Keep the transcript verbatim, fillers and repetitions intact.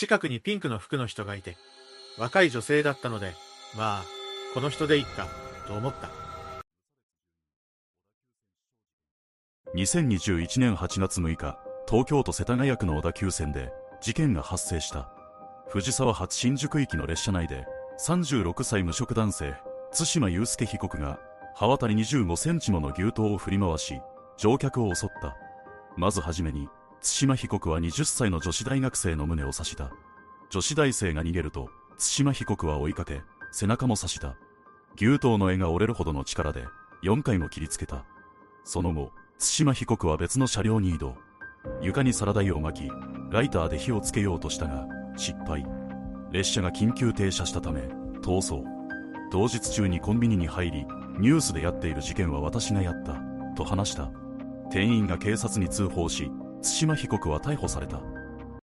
近くにピンクの服の人がいて、若い女性だったので、まあ、この人でいっか、と思った。 にせんにじゅういちねんはちがつむいか、東京都世田谷区の小田急線で事件が発生した。藤沢発新宿行きの列車内で、さんじゅうろくさい無職男性、対馬悠介被告が、刃渡りにじゅうごセンチもの牛刀を振り回し、乗客を襲った。まずはじめに、対馬被告ははたちの女子大学生の胸を刺した。女子大生が逃げると、対馬被告は追いかけ、背中も刺した。牛刀の柄が折れるほどの力で、よんかいも切りつけた。その後、対馬被告は別の車両に移動。床にサラダ油を巻き、ライターで火をつけようとしたが、失敗。列車が緊急停車したため、逃走。同日中にコンビニに入り、ニュースでやっている事件は私がやった、と話した。店員が警察に通報し、対馬被告は逮捕された。